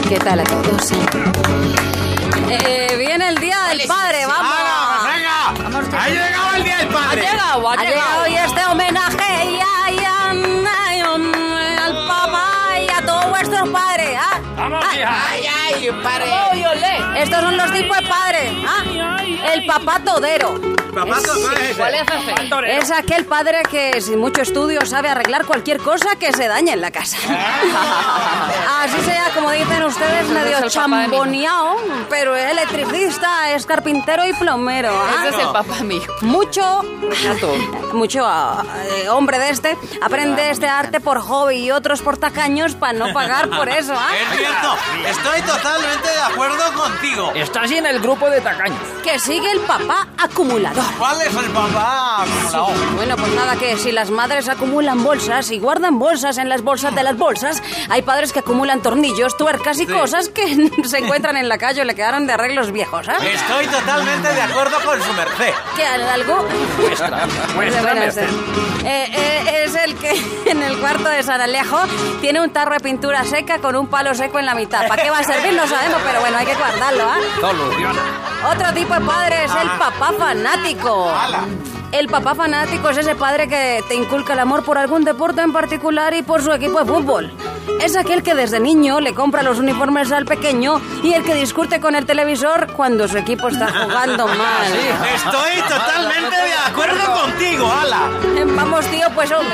¿Qué tal a todos? Viene el Día del Padre, vamos. ¡Venga! ¡Ha llegado el Día del Padre! Ha llegado y este homenaje al papá y a todos vuestros padres. ¡Vamos, hija! ¡Ay, padre! Estos son los tipos de padres. El papá todero. ¿Papá ¿Cuál es ese? Es aquel padre que sin mucho estudio sabe arreglar cualquier cosa que se dañe en la casa. Así sea, como dicen ustedes, medio chamboneado, pero es electricista, es carpintero y plomero. Ese es el papá mío. Mucho hombre de este aprende este arte por hobby y otros por tacaños para no pagar por eso. Es cierto, estoy totalmente de acuerdo contigo. Estás en el grupo de tacaños. Que sigue el papá acumulador. ¿Cuál es el papá acumulador? Bueno, pues nada, que si las madres acumulan bolsas y guardan bolsas en las bolsas de las bolsas, hay padres que acumulan tornillos, tuercas y cosas que se encuentran en la calle o le quedaron de arreglos viejos, ¿eh? Estoy totalmente de acuerdo con su merced. ¿Qué algo? Muestra merced. Es el que en el cuarto de San Alejo tiene un tarro de pintura seca con un palo seco en la mitad. ¿Para qué va a servir? No sabemos, pero bueno, hay que guardarlo, ¿eh? Soluciona. Otro tipo de padre es el papá fanático. El papá fanático es ese padre que te inculca el amor por algún deporte en particular y por su equipo de fútbol. Es aquel que desde niño le compra los uniformes al pequeño y el que discute con el televisor cuando su equipo está jugando mal. Estoy totalmente de acuerdo contigo, Ala. Vamos, tío, pues hombre.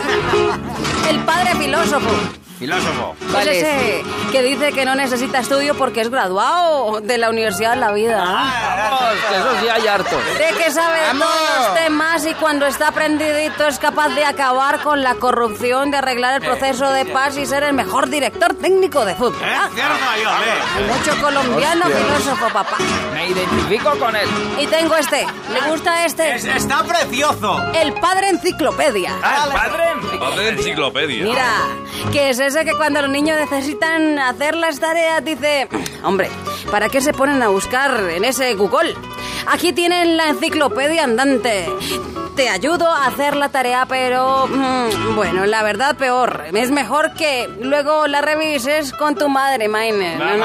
El padre filósofo. Filósofo. Es ese que dice que no necesita estudio porque es graduado de la Universidad de la Vida. Vamos, que eso sí hay harto. De que sabe de todos los temas y cuando está aprendidito es capaz de acabar con la corrupción, de arreglar el proceso de paz y ser el mejor director técnico de fútbol. Es cierto, yo Hay mucho colombiano filósofo, papá. Me identifico con él. Y tengo este. ¿Le gusta este? Está precioso. El padre enciclopedia. ¿El padre? Padre enciclopedia. Mira, que es ese que cuando los niños necesitan hacer las tareas dice... Hombre, ¿para qué se ponen a buscar en ese Google? Aquí tienen la enciclopedia andante. Te ayudo a hacer la tarea, pero... bueno, la verdad peor. Es mejor que luego la revises con tu madre, Maine. Es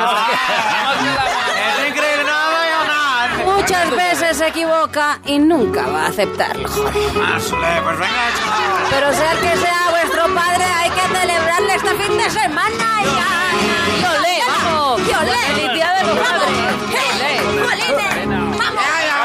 increíble, no voy a ganar. Muchas veces se equivoca y nunca va a aceptarlo, joder. Pues venga, chaval. Pero sea el que sea vuestro padre, hay que celebrarle este fin de semana. ¡Yolé! ¡Vamos! ¡Yolé! ¡Felicidades, padre! ¡Jolines! ¡Vamos!